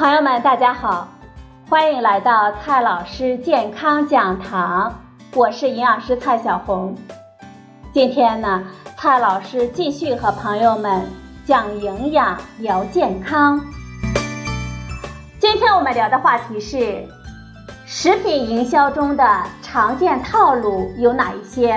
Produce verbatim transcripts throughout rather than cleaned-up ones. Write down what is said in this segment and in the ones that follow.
朋友们大家好，欢迎来到蔡老师健康讲堂，我是营养师蔡小红。今天呢，蔡老师继续和朋友们讲营养聊健康。今天我们聊的话题是食品营销中的常见套路有哪一些？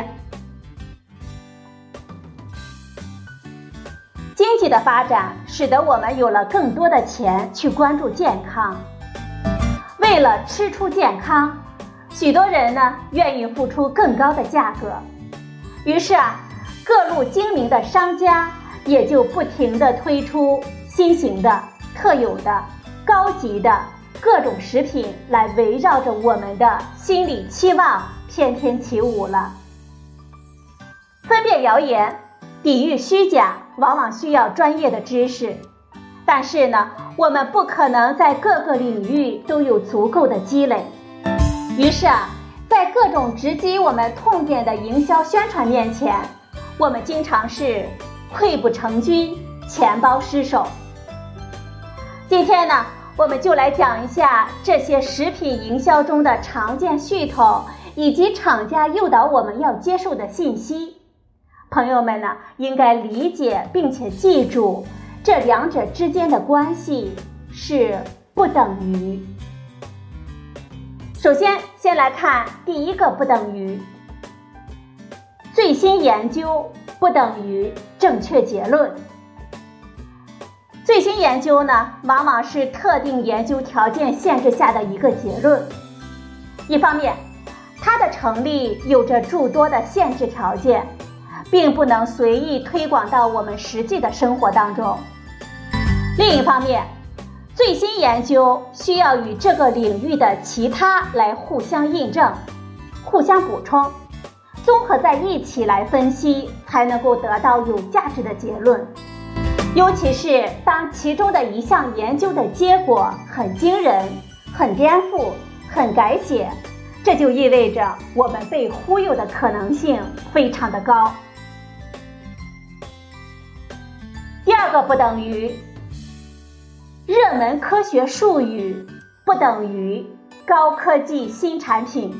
经济的发展使得我们有了更多的钱去关注健康。为了吃出健康，许多人呢愿意付出更高的价格。于是啊，各路精明的商家也就不停地推出新型的、特有的、高级的各种食品来围绕着我们的心理期望翩翩起舞了。分辨谣言、抵御虚假往往需要专业的知识，但是呢，我们不可能在各个领域都有足够的积累。于是啊，在各种直击我们痛点的营销宣传面前，我们经常是溃不成军，钱包失守。今天呢，我们就来讲一下这些食品营销中的常见噱头，以及厂家诱导我们要接受的信息。朋友们呢，应该理解并且记住，这两者之间的关系是不等于。首先，先来看第一个不等于。最新研究不等于正确结论。最新研究呢，往往是特定研究条件限制下的一个结论。一方面，它的成立有着诸多的限制条件，并不能随意推广到我们实际的生活当中。另一方面，最新研究需要与这个领域的其他来互相印证、互相补充，综合在一起来分析，才能够得到有价值的结论。尤其是当其中的一项研究的结果很惊人、很颠覆、很改写，这就意味着我们被忽悠的可能性非常的高。第二个不等于，热门科学术语不等于高科技新产品。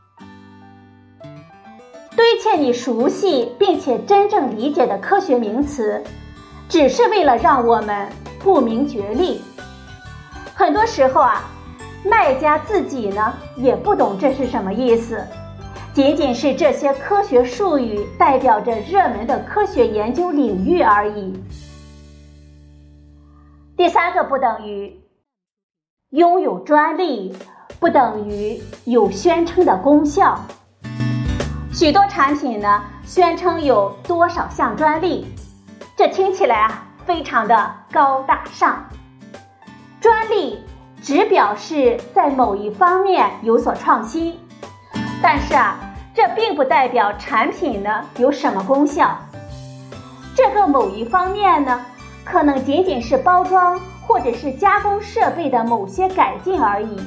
堆砌你熟悉并且真正理解的科学名词，只是为了让我们不明觉厉。很多时候啊，卖家自己呢也不懂这是什么意思，仅仅是这些科学术语代表着热门的科学研究领域而已。第三个不等于，拥有专利不等于有宣称的功效。许多产品呢，宣称有多少项专利，这听起来啊非常的高大上。专利只表示在某一方面有所创新，但是啊，这并不代表产品呢有什么功效。这个某一方面呢，可能仅仅是包装或者是加工设备的某些改进而已。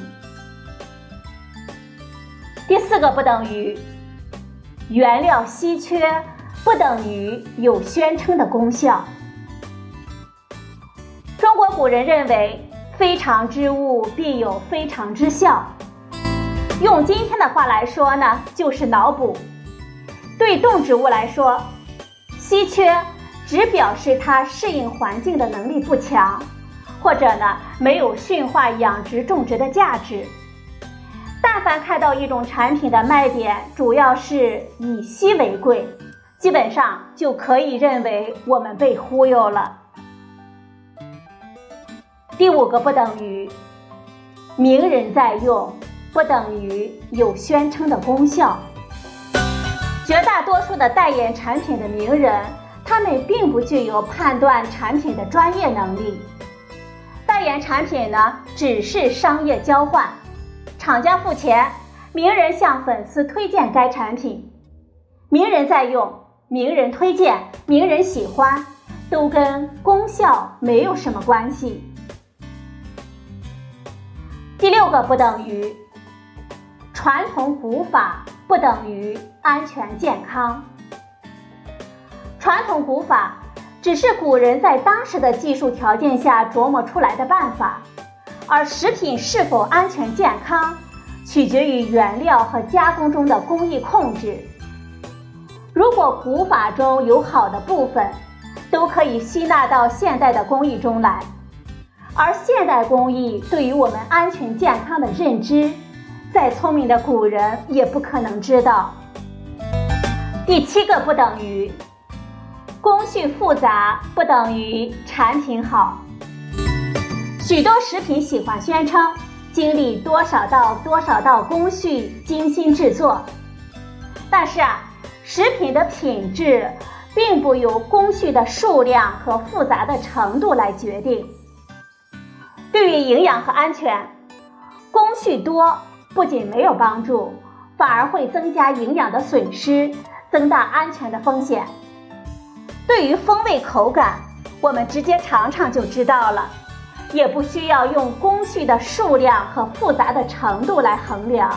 第四个不等于，原料稀缺不等于有宣称的功效。中国古人认为，非常之物必有非常之效。用今天的话来说呢，就是脑补。对动植物来说，稀缺只表示它适应环境的能力不强，或者呢没有驯化养殖种植的价值。但凡看到一种产品的卖点主要是以稀为贵，基本上就可以认为我们被忽悠了。第五个不等于，名人在用不等于有宣称的功效。绝大多数的代言产品的名人，他们并不具有判断产品的专业能力。代言产品呢，只是商业交换，厂家付钱，名人向粉丝推荐该产品。名人在用，名人推荐，名人喜欢，都跟功效没有什么关系。第六个不等于，传统古法不等于安全健康。传统古法只是古人在当时的技术条件下琢磨出来的办法， 而食品是否安全健康，取决于原料和加工中的工艺控制。如果古法中有好的部分，都可以吸纳到现代的工艺中来，而现代工艺对于我们安全健康的认知，再聪明的古人也不可能知道。第七个不等于，工序复杂不等于产品好。许多食品喜欢宣称经历多少道多少道工序精心制作，但是啊，食品的品质并不由工序的数量和复杂的程度来决定。对于营养和安全，工序多不仅没有帮助，反而会增加营养的损失，增大安全的风险。对于风味口感，我们直接尝尝就知道了，也不需要用工序的数量和复杂的程度来衡量。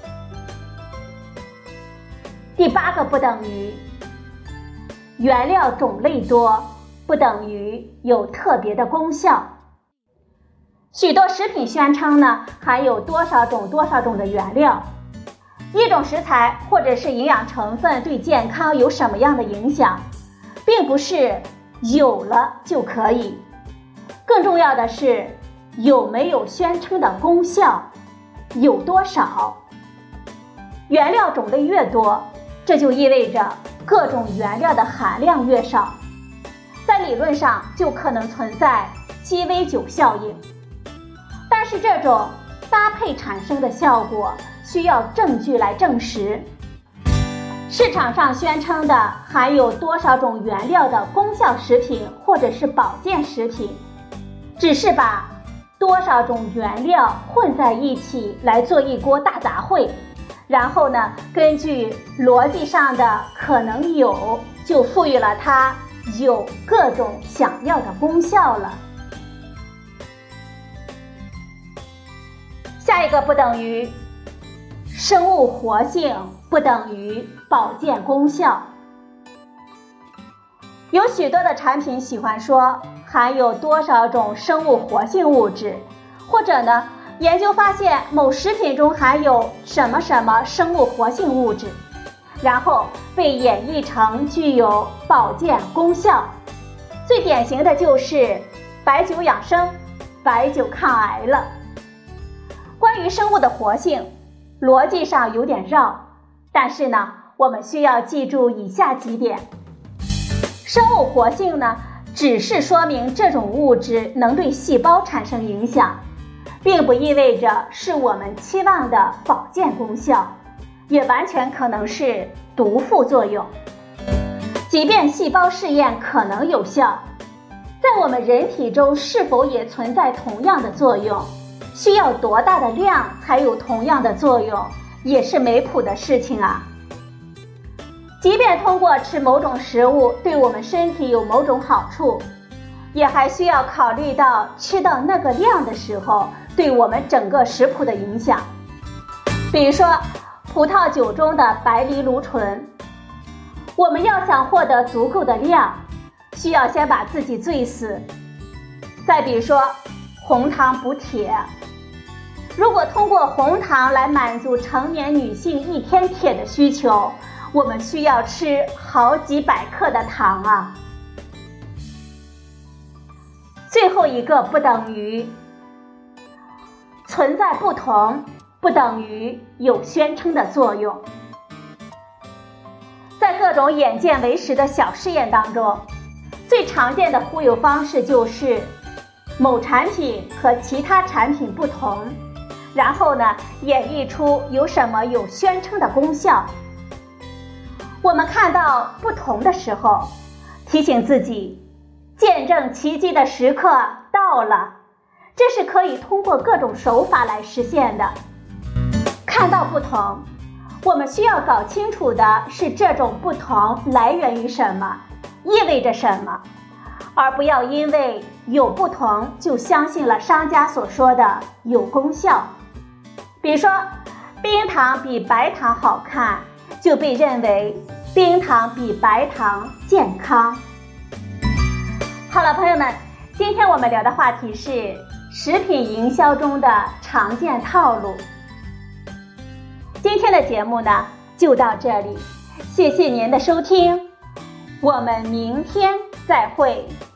第八个不等于，原料种类多不等于有特别的功效。许多食品宣称呢，含有多少种多少种的原料，一种食材或者是营养成分对健康有什么样的影响，并不是有了就可以，更重要的是有没有宣称的功效，有多少。原料种类越多，这就意味着各种原料的含量越少，在理论上就可能存在鸡尾酒效应。但是这种搭配产生的效果需要证据来证实。市场上宣称的含有多少种原料的功效食品或者是保健食品，只是把多少种原料混在一起来做一锅大杂烩，然后呢，根据逻辑上的可能有，就赋予了它有各种想要的功效了。下一个不等于，生物活性不等于保健功效。有许多的产品喜欢说含有多少种生物活性物质，或者呢，研究发现某食品中含有什么什么生物活性物质，然后被演绎成具有保健功效。最典型的就是白酒养生、白酒抗癌了。关于生物的活性，逻辑上有点绕，但是呢，我们需要记住以下几点。生物活性呢，只是说明这种物质能对细胞产生影响，并不意味着是我们期望的保健功效，也完全可能是毒副作用。即便细胞试验可能有效，在我们人体中是否也存在同样的作用，需要多大的量才有同样的作用，也是没谱的事情啊。即便通过吃某种食物对我们身体有某种好处，也还需要考虑到吃到那个量的时候对我们整个食谱的影响。比如说葡萄酒中的白藜芦醇，我们要想获得足够的量，需要先把自己醉死。再比如说红糖补铁，如果通过红糖来满足成年女性一天铁的需求，我们需要吃好几百克的糖啊。最后一个不等于，存在不同不等于有宣称的作用。在各种眼见为实的小试验当中，最常见的忽悠方式就是某产品和其他产品不同，然后呢，演绎出有什么有宣称的功效。我们看到不同的时候，提醒自己，见证奇迹的时刻到了，这是可以通过各种手法来实现的。看到不同，我们需要搞清楚的是这种不同来源于什么，意味着什么，而不要因为有不同就相信了商家所说的有功效。比如说冰糖比白糖好看，就被认为冰糖比白糖健康。好了，朋友们，今天我们聊的话题是食品营销中的常见套路。今天的节目呢，就到这里，谢谢您的收听，我们明天再会。